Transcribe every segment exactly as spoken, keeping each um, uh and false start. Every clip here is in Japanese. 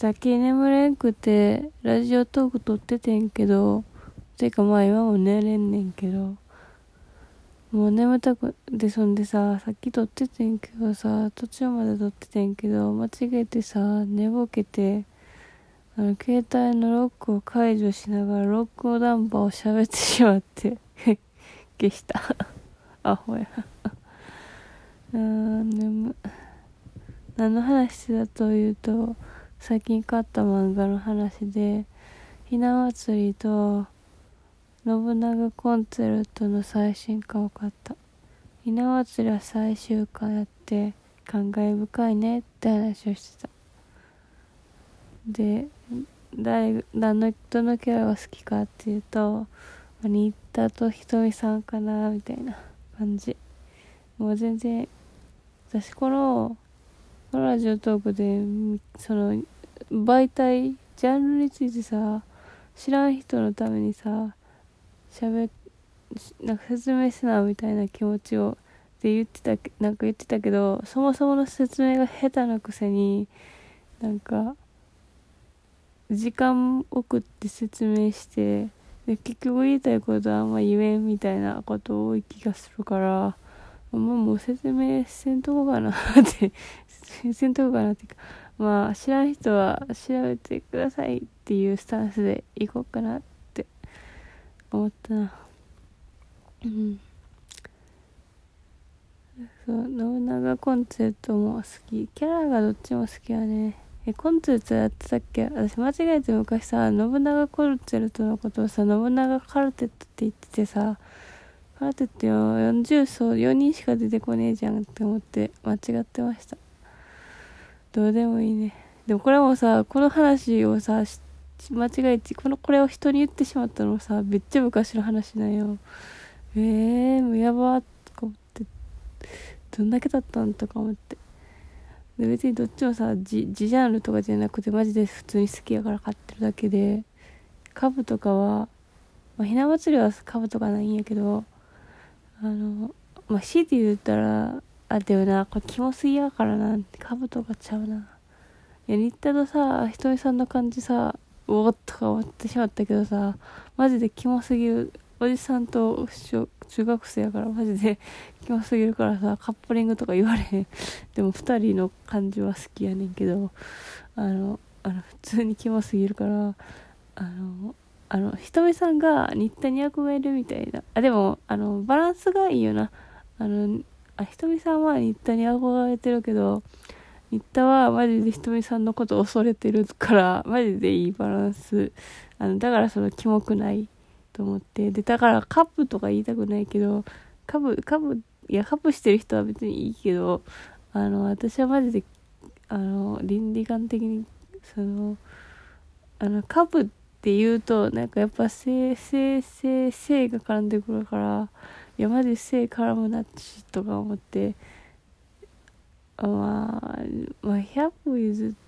さっき眠れんくてラジオトーク撮っててんけど、てかまあ今も寝れんねんけど、もう眠たくで、そんでさ、さっき撮っててんけどさ、途中まで撮っててんけど、間違えてさ、寝ぼけて、あの携帯のロックを解除しながらロックダンバーを喋ってしまって消したアホやうーん、眠何の話だというと、最近買った漫画の話で、ひな祭りと信長コンチェルトの最新刊を買った。ひな祭りは最終巻やって感慨深いねって話をしてた。で、誰何のどのキャラが好きかっていうと、新田とひとみさんかなみたいな感じ。もう全然、私このこのラジオトークでその媒体ジャンルについてさ、知らん人のためにさ、しゃべなんか説明せなみたいな気持ちをで言ってたなんか言ってたけど、そもそもの説明が下手なくせに、なんか時間送って説明して、で結局言いたいことはあんま言えんみたいなこと多い気がするから、もうもう説明せんとこかなってせんとこかなっていうか、まあ知らん人は調べてくださいっていうスタンスでいこうかなって思ったな。うん。そう、信長コンチェルトも好き。キャラがどっちも好きやね。え、コンチェルトやってたっけ？私間違えて昔さ、信長コンチェルトのことをさ、信長カルテットって言っててさ、カルテットよよんじゅう層よにんしか出てこねえじゃんって思って間違ってました。どうでもいいね。でもこれもさ、この話をさ、間違えて、この、これを人に言ってしまったのさ、めっちゃ昔の話なんよ。えー、もうやばーとか思って、どんだけ経ったんとか思って。で、別にどっちもさ、ジ、ジジャンルとかじゃなくて、マジで普通に好きやから買ってるだけで、株とかは、まあ、ひな祭りは株とかないんやけど、あの、まあ、強いて言ったら、あ、でもな、これキモすぎやからな、株とかちゃうな。いや、新田とさ、ひとみさんの感じさ、うおっとか思ってしまったけどさ、マジでキモすぎる。おじさんと小中学生やからマジでキモすぎるからさ、カップリングとか言われへん。でも二人の感じは好きやねんけど、あの、あの、普通にキモすぎるから、あの、あの、ひとみさんが新田に憧れるみたいな。あ、でも、あの、バランスがいいよな。あの、あ、ひとみさんは新田に憧れてるけど、新田はマジでひとみさんのことを恐れてるから、マジでいいバランス。あの、だからそのキモくないと思って。で、だからカップとか言いたくないけど、カブ、カブ、いや、カップしてる人は別にいいけど、あの、私はマジで、あの、倫理観的に、その、あの、カブって言うと、なんかやっぱ性、性、性、性が絡んでくるから、いや、マジ性絡むなっちとか思って、まあ、まあ、ひゃく譲って、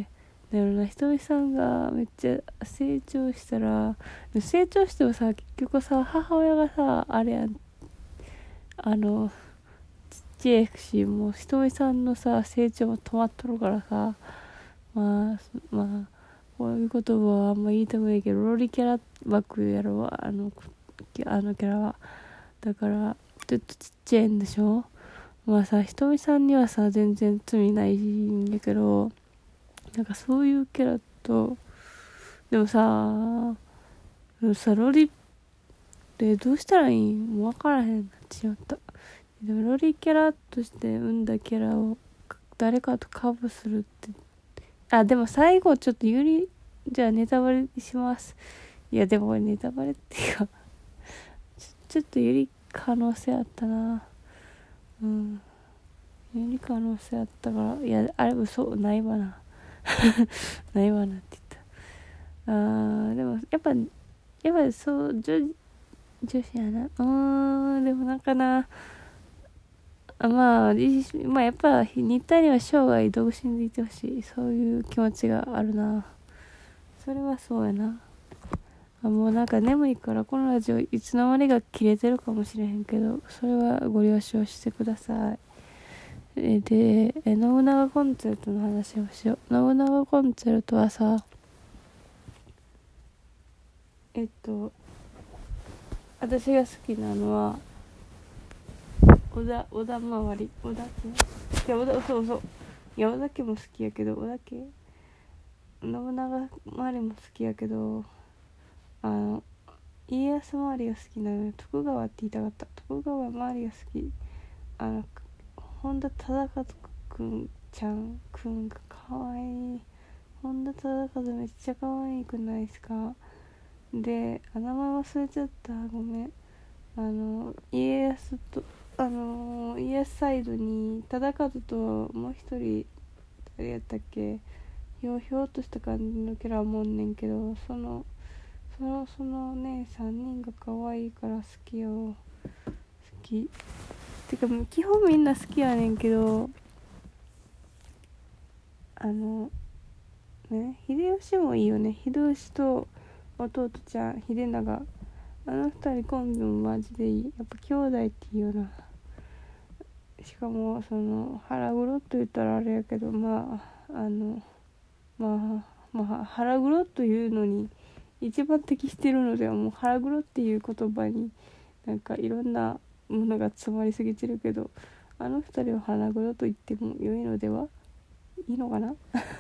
だろうな、ひとみさんがめっちゃ成長したら、成長してもさ、結局さ、母親がさ、あれやん、あの、ちっちゃいし、もうひとみさんのさ、成長も止まっとるからさ、まあ、まあ、こういう言葉はあんま言いたくないけど、ロリキャラ枠やろ、あの、あのキャラは。だから、ちょっとちっちゃいんでしょ。まあさ、ひとみさんにはさ、全然罪ないんやけど、なんかそういうキャラと、でもさ、でもさ、ロリってどうしたらいいんもう分からへんなっちまった。でもロリキャラとして生んだキャラを誰かとカブするって。あ、でも最後ちょっとゆり、じゃあネタバレします。いや、でもこれネタバレっていうかちょ、ちょっとゆり可能性あったな。うん。ゆり可能性あったから、いや、あれ嘘、ないわな。ないわなって言った。あー、でも、やっぱ、やっぱそう、女、女子やな。うーん、でもなんかな、あまあ、まあやっぱ、新田には生涯独身でいてほしい。そういう気持ちがあるな。それはそうやな。あ、もうなんか眠いからこのラジオいつの間にか切れてるかもしれへんけど、それはご了承してください。 えでえ信長コンチェルトの話をしよう。信長コンチェルトはさ、えっと私が好きなのは織田織田周り織田家いや織田そうそういや織田家も好きやけど、織田家信長周りも好きやけど、あの家康周りが好きなのよ。徳川って言いたかった。徳川周りが好き。あの本田忠和くんちゃんくんがかわいい。本田忠和めっちゃかわいいくないですか。で、あ名前忘れちゃった、ごめん。あの家康とあのー、家康サイドに忠和ともう一人誰やったっけ、ひょうひょうとした感じのキャラもんねんけど、そのそのそのねさんにんが可愛いから好きよ。好きてか基本みんな好きやねんけど、あのね秀吉もいいよね。秀吉と弟ちゃん秀長、あの二人コンビもマジでいい。やっぱ兄弟っていいよな。しかもその腹黒と言ったらあれやけど、まああのまあまあ腹黒というのに一番適しているのでは、もう腹黒っていう言葉になんかいろんなものが詰まりすぎてるけど、あの二人は腹黒と言っても良いのではいいのかな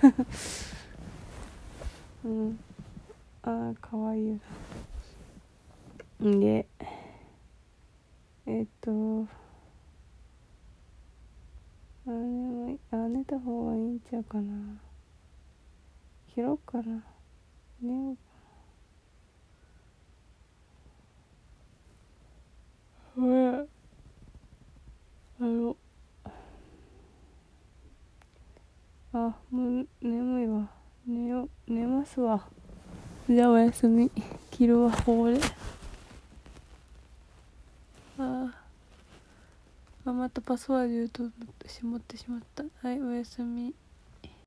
うんああかわいいよな。んでえっとあ寝あ寝た方がいいんちゃうかな。切ろうかな。寝ようかな。うんあのあもう眠いわ。寝よ寝ますわ。じゃあおやすみ。切るわここで。ああまたパスワード言うとしまってしまった。はいおやすみ。